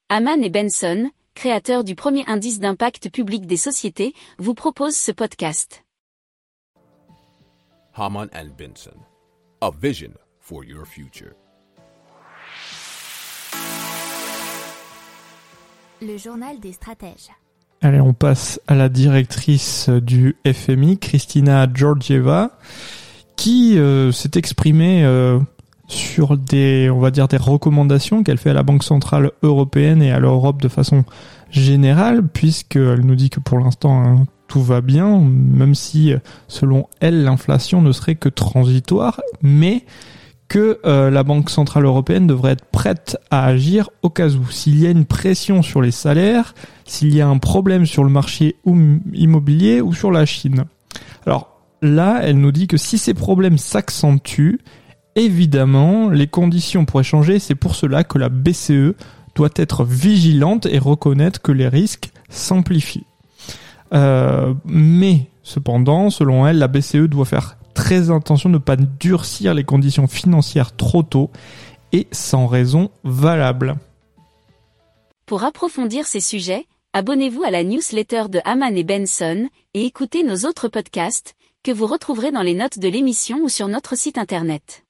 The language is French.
Hamann et Benson, créateurs du premier indice d'impact public des sociétés, vous proposent ce podcast. Hamann and Benson, a vision for your future. Le journal des stratèges. Allez, on passe à la directrice du FMI, Kristalina Georgieva, qui s'est exprimée sur des recommandations qu'elle fait à la Banque Centrale Européenne et à l'Europe de façon générale, puisqu'elle nous dit que pour l'instant tout va bien, même si selon elle l'inflation ne serait que transitoire, mais que la Banque Centrale Européenne devrait être prête à agir au cas où. S'il y a une pression sur les salaires, s'il y a un problème sur le marché immobilier ou sur la Chine. Alors là, elle nous dit que si ces problèmes s'accentuent, évidemment, les conditions pourraient changer. C'est pour cela que la BCE doit être vigilante et reconnaître que les risques s'amplifient. Mais cependant, selon elle, la BCE doit faire très attention de ne pas durcir les conditions financières trop tôt et sans raison valable. Pour approfondir ces sujets, abonnez-vous à la newsletter de Hamann et Benson et écoutez nos autres podcasts que vous retrouverez dans les notes de l'émission ou sur notre site internet.